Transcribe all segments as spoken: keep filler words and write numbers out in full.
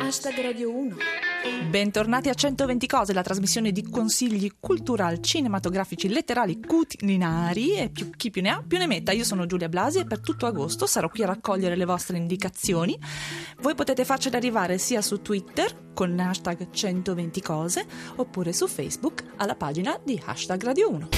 Hashtag Radio uno. Bentornati a centoventi cose, la trasmissione di consigli culturali, cinematografici, letterali, culinari e più, chi più ne ha più ne metta. Io sono Giulia Blasi e per tutto agosto sarò qui a raccogliere le vostre indicazioni. Voi potete farcele arrivare sia su Twitter con l'hashtag centoventi cose oppure su Facebook alla pagina di Hashtag Radio uno.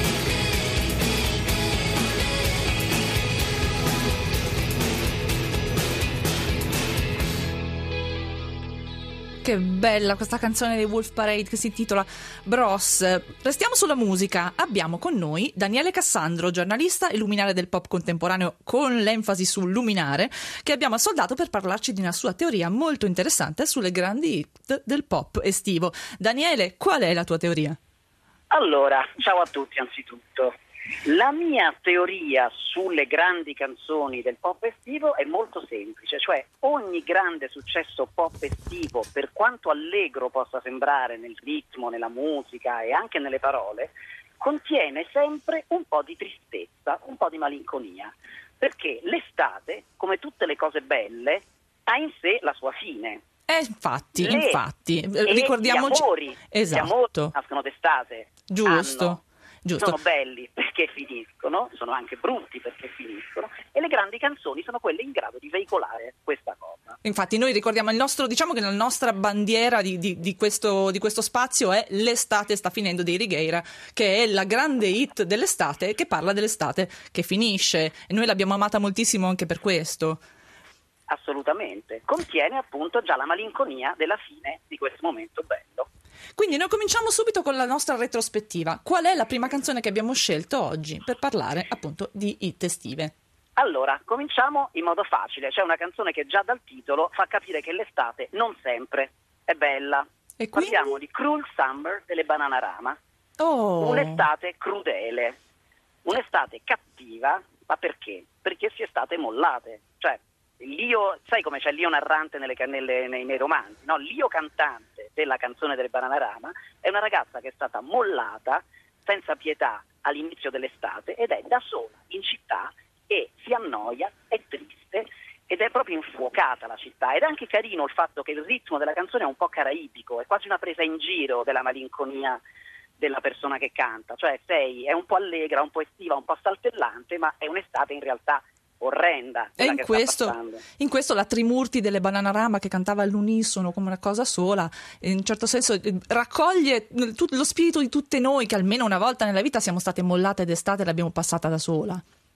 Che bella questa canzone dei Wolf Parade che si intitola Bros. Restiamo sulla musica. Abbiamo con noi Daniele Cassandro, giornalista e luminare del pop contemporaneo con l'enfasi sul luminare, che abbiamo assoldato per parlarci di una sua teoria molto interessante sulle grandi hit del pop estivo. Daniele, qual è la tua teoria? Allora, ciao a tutti anzitutto. La mia teoria sulle grandi canzoni del pop estivo è molto semplice, cioè ogni grande successo pop estivo, per quanto allegro possa sembrare nel ritmo, nella musica e anche nelle parole, contiene sempre un po' di tristezza, un po' di malinconia, perché l'estate, come tutte le cose belle, ha in sé la sua fine. Eh, infatti, Le, infatti, ricordiamoci... Gli amori, esatto. Gli amori nascono d'estate. Giusto. Hanno, Giusto. Sono belli perché finiscono, sono anche brutti perché finiscono, e le grandi canzoni sono quelle in grado di veicolare questa cosa. Infatti noi ricordiamo il nostro, diciamo che la nostra bandiera di, di, di, questo, di questo spazio è L'estate sta finendo dei Righeira, che è la grande hit dell'estate, che parla dell'estate che finisce, e noi l'abbiamo amata moltissimo anche per questo. Assolutamente, contiene appunto già la malinconia della fine di questo momento bello. Quindi noi cominciamo subito con la nostra retrospettiva. Qual è la prima canzone che abbiamo scelto oggi per parlare appunto di hit estive? Allora, cominciamo in modo facile. C'è una canzone che già dal titolo fa capire che l'estate non sempre è bella. E quindi? Parliamo di Cruel Summer delle Bananarama. Oh. Un'estate crudele, un'estate cattiva, ma perché? Perché si è state mollate. Cioè, l'io, sai come c'è l'io narrante nelle, nelle, nei, nei romanzi, no? L'io cantante della canzone delle Bananarama è una ragazza che è stata mollata senza pietà all'inizio dell'estate ed è da sola in città e si annoia, è triste ed è proprio infuocata la città. Ed è anche carino il fatto che il ritmo della canzone è un po' caraibico, è quasi una presa in giro della malinconia della persona che canta, cioè sei, è un po' allegra, un po' estiva, un po' saltellante, ma è un'estate in realtà orrenda. E in questo, in questo la Trimurti delle Bananarama, che cantava all'unisono come una cosa sola, in un certo senso raccoglie tutto lo spirito di tutte noi che almeno una volta nella vita siamo state mollate d'estate e l'abbiamo passata da sola.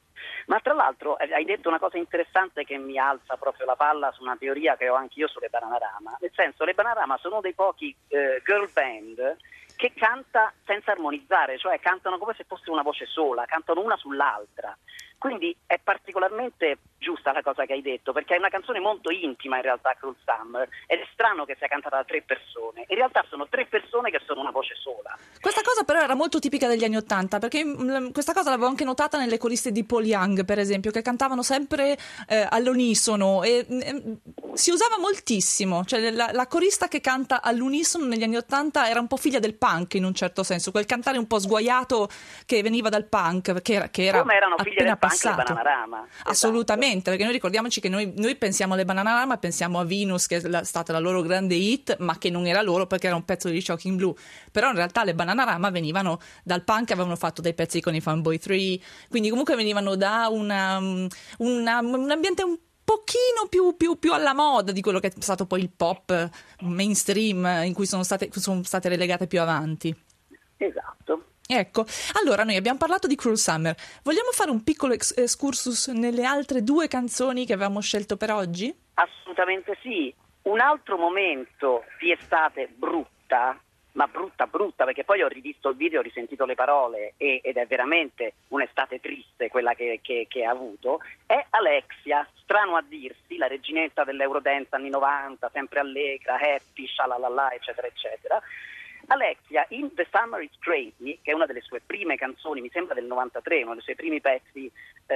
Ma tra l'altro hai detto una cosa interessante che mi alza proprio la palla su una teoria che ho anch'io sulle Bananarama, nel senso le Bananarama sono dei pochi eh, girl band che canta senza armonizzare, cioè cantano come se fosse una voce sola, cantano una sull'altra. Quindi è particolarmente giusta la cosa che hai detto, perché è una canzone molto intima in realtà, Cruel Summer, ed è strano che sia cantata da tre persone. In realtà sono tre persone che sono una voce sola. Questa cosa però era molto tipica degli anni Ottanta, perché mh, questa cosa l'avevo anche notata nelle coriste di Paul Young, per esempio, che cantavano sempre eh, all'unisono e mh, si usava moltissimo, cioè la, la corista che canta all'unisono negli anni Ottanta era un po' figlia del punk in un certo senso, quel cantare un po' sguaiato che veniva dal punk, che era, che era come erano figlie del punk passato. Le Bananarama. Assolutamente, esatto. Perché noi ricordiamoci che noi, noi pensiamo alle Bananarama, pensiamo a Venus, che è la, stata la loro grande hit, ma che non era loro perché era un pezzo di Shocking Blue. Però in realtà le Bananarama venivano dal punk, avevano fatto dei pezzi con i Fanboy tre, quindi comunque venivano da una, una, un ambiente un pochino più, più, più alla moda di quello che è stato poi il pop mainstream in cui sono state, sono state relegate più avanti. Esatto. Ecco, allora noi abbiamo parlato di Cruel Summer. Vogliamo fare un piccolo ex- excursus nelle altre due canzoni che avevamo scelto per oggi? Assolutamente sì. Un altro momento di estate brutta, ma brutta brutta, perché poi ho rivisto il video, ho risentito le parole e, ed è veramente un'estate triste quella che, che, che ha avuto, è Alexia, strano a dirsi, la reginetta dell'Eurodance anni novanta, sempre allegra, happy, shalalala, eccetera, eccetera. Alexia in The Summer is Crazy, che è una delle sue prime canzoni, mi sembra del novantatré, uno dei suoi primi pezzi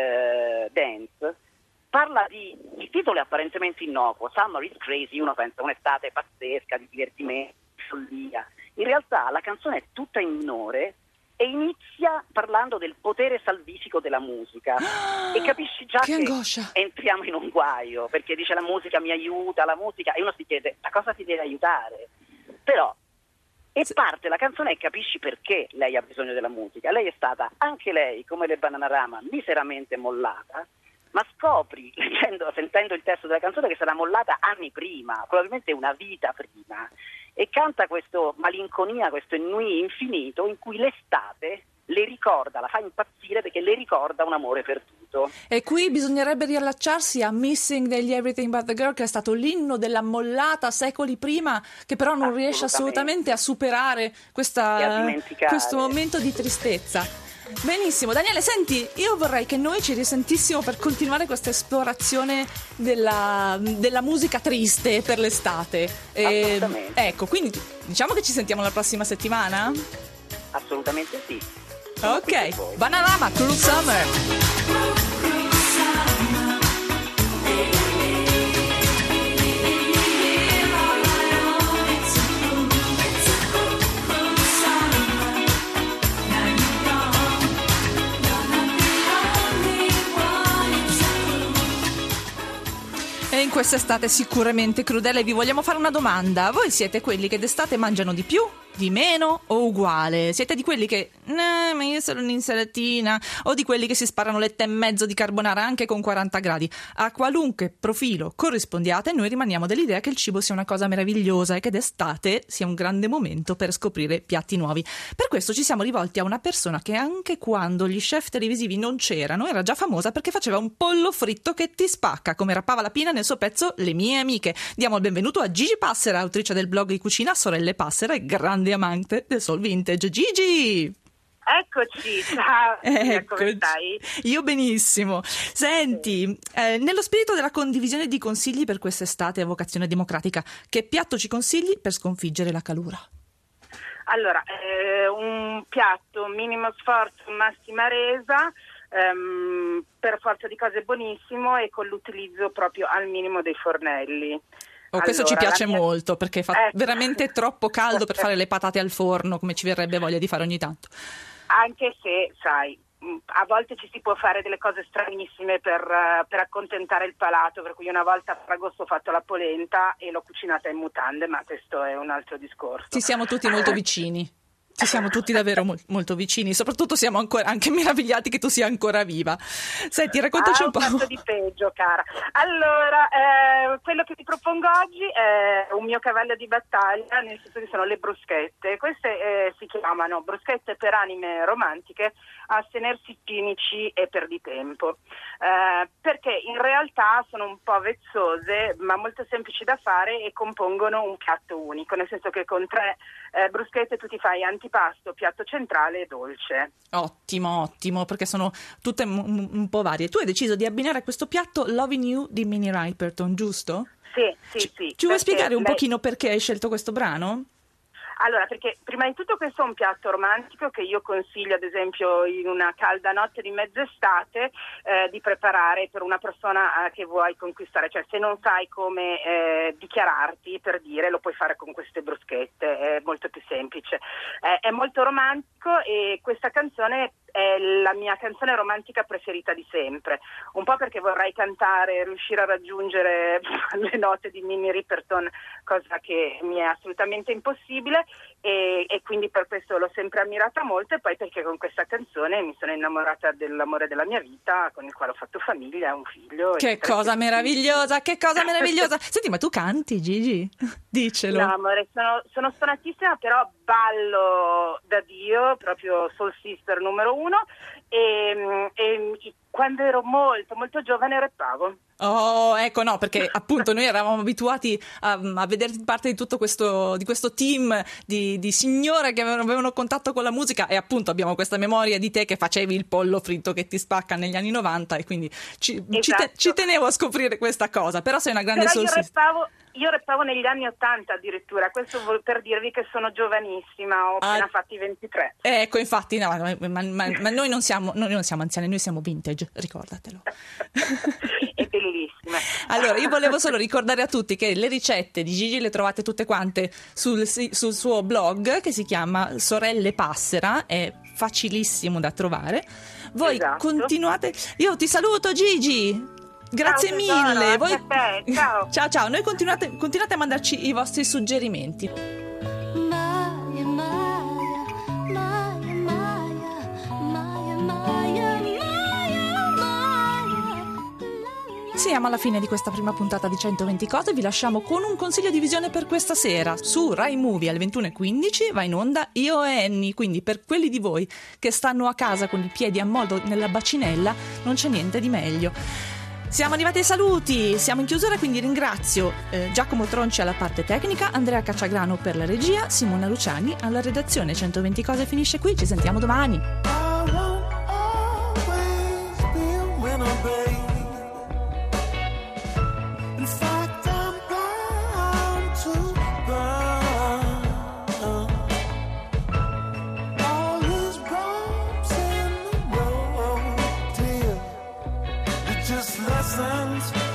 eh, dance, parla di, il titolo è apparentemente innocuo, Summer is Crazy, uno pensa un'estate pazzesca, di divertimento, di follia. In realtà la canzone è tutta in minore e inizia parlando del potere salvifico della musica Ah, e capisci già che che angoscia. entriamo in un guaio, perché dice la musica mi aiuta, la musica, e uno si chiede a cosa ti deve aiutare? Però e parte la canzone e capisci perché lei ha bisogno della musica. Lei è stata, anche lei, come le Bananarama, miseramente mollata, ma scopri, leggendo, sentendo il testo della canzone, che sarà mollata anni prima, probabilmente una vita prima, e canta questo malinconia, questo ennui infinito in cui l'estate le ricorda, la fa impazzire perché le ricorda un amore perduto. E qui bisognerebbe riallacciarsi a Missing degli Everything But the Girl, che è stato l'inno della mollata secoli prima, che però non riesce assolutamente a superare questa, e a dimenticare questo momento di tristezza. Benissimo, Daniele, senti, io vorrei che noi ci risentissimo per continuare questa esplorazione della, della musica triste per l'estate. E, Assolutamente. ecco, quindi diciamo che ci sentiamo la prossima settimana? Assolutamente sì. Ok, Bananarama, Cruel Summer. E in quest'estate sicuramente crudele vi vogliamo fare una domanda. Voi siete quelli che d'estate mangiano di più, di meno o uguale? Siete di quelli che no, ma io sono un'insalatina, o di quelli che si sparano l'etta e mezzo di carbonara anche con quaranta gradi? A qualunque profilo corrispondiate, noi rimaniamo dell'idea che il cibo sia una cosa meravigliosa e che d'estate sia un grande momento per scoprire piatti nuovi. Per questo ci siamo rivolti a una persona che anche quando gli chef televisivi non c'erano era già famosa perché faceva un pollo fritto che ti spacca, come rappava la Pina nel suo pezzo Le mie amiche. Diamo il benvenuto a Gigi Passera, autrice del blog di cucina Sorelle Passera e grande amante del soul vintage. Gigi! Eccoci, ciao, Eccoci. Come stai? Io benissimo. Senti, eh, nello spirito della condivisione di consigli per quest'estate a vocazione democratica, che piatto ci consigli per sconfiggere la calura? Allora, eh, un piatto minimo sforzo, massima resa, ehm, per forza di cose buonissimo e con l'utilizzo proprio al minimo dei fornelli. Oh, questo Allora, ci piace mia... molto perché fa ecco. veramente troppo caldo per fare le patate al forno, come ci verrebbe voglia di fare ogni tanto. Anche se, sai, a volte ci si può fare delle cose stranissime per, uh, per accontentare il palato, per cui una volta a Fragosto ho fatto la polenta e l'ho cucinata in mutande, ma questo è un altro discorso. Ci siamo tutti molto vicini. Ci siamo tutti davvero mo- molto vicini, soprattutto siamo ancora anche meravigliati che tu sia ancora viva. Senti, raccontaci ah, un po'. Ho fatto di peggio, cara. Allora, eh, quello che ti propongo oggi è un mio cavallo di battaglia, nel senso che sono le bruschette. Queste eh, si chiamano bruschette per anime romantiche, astenersi cinici e perditempo. Eh, perché in realtà sono un po' vezzose, ma molto semplici da fare e compongono un piatto unico, nel senso che con tre eh, bruschette tu ti fai antipasto, piatto centrale e dolce. Ottimo, ottimo, perché sono tutte un, un po' varie. Tu hai deciso di abbinare a questo piatto Loving You di Minnie Riperton, giusto? Sì, sì, ci, sì. Ci vuoi spiegare un lei... pochino perché hai scelto questo brano? Allora, perché prima di tutto questo è un piatto romantico che io consiglio, ad esempio, in una calda notte di mezz'estate eh, di preparare per una persona eh, che vuoi conquistare. Cioè, se non sai come eh, dichiararti, per dire, lo puoi fare con queste bruschette, è molto più semplice. Eh, è molto romantico e questa canzone è la mia canzone romantica preferita di sempre, un po' perché vorrei cantare, riuscire a raggiungere le note di Minnie Riperton, cosa che mi è assolutamente impossibile, e, e quindi per questo l'ho sempre ammirata molto, e poi perché con questa canzone mi sono innamorata dell'amore della mia vita, con il quale ho fatto famiglia, un figlio. Che cosa meravigliosa, che cosa meravigliosa. Senti, ma tu canti, Gigi? Dicelo. No, amore, sono, sono suonatissima, però ballo da Dio, proprio Soul Sister numero uno, e, e quando ero molto molto giovane rappavo. Oh, ecco, no, perché appunto noi eravamo abituati a, a vedere parte di tutto questo, di questo team di, di signore che avevano, avevano contatto con la musica, e appunto abbiamo questa memoria di te che facevi il pollo fritto che ti spacca negli anni novanta, e quindi ci, Esatto. ci, te, ci tenevo a scoprire questa cosa, però sei una grande Però io solsista. rappavo, io rappavo negli anni ottanta addirittura, questo vuol- per dirvi che sono giovanissima, ho Ah. appena fatti ventitré. Ecco, infatti, no, ma, ma, ma, ma noi, non siamo, noi non siamo anziani, noi siamo vintage, ricordatelo. È bellissima. Allora, io volevo solo ricordare a tutti che le ricette di Gigi le trovate tutte quante sul, sul suo blog, che si chiama Sorelle Passera, è facilissimo da trovare. Voi Esatto. continuate, io ti saluto Gigi, grazie Ciao, tesoro, mille. anche Voi... a te, ciao. ciao ciao, noi continuate, continuate a mandarci i vostri suggerimenti. Maya, Maya, Maya, Maya, Maya, Maya, Maya. Siamo alla fine di questa prima puntata di centoventi cose, vi lasciamo con un consiglio di visione per questa sera. Su Rai Movie alle ventuno e quindici va in onda Io e Annie, quindi per quelli di voi che stanno a casa con i piedi a modo nella bacinella non c'è niente di meglio. Siamo arrivati ai saluti, siamo in chiusura, quindi ringrazio eh, Giacomo Tronci alla parte tecnica, Andrea Cacciagrano per la regia, Simona Luciani alla redazione. centoventi cose finisce qui, ci sentiamo domani. I won't always be a winner, babe. In fact, I'm bound to burn. All these bumps in the road, dear, they're just lessons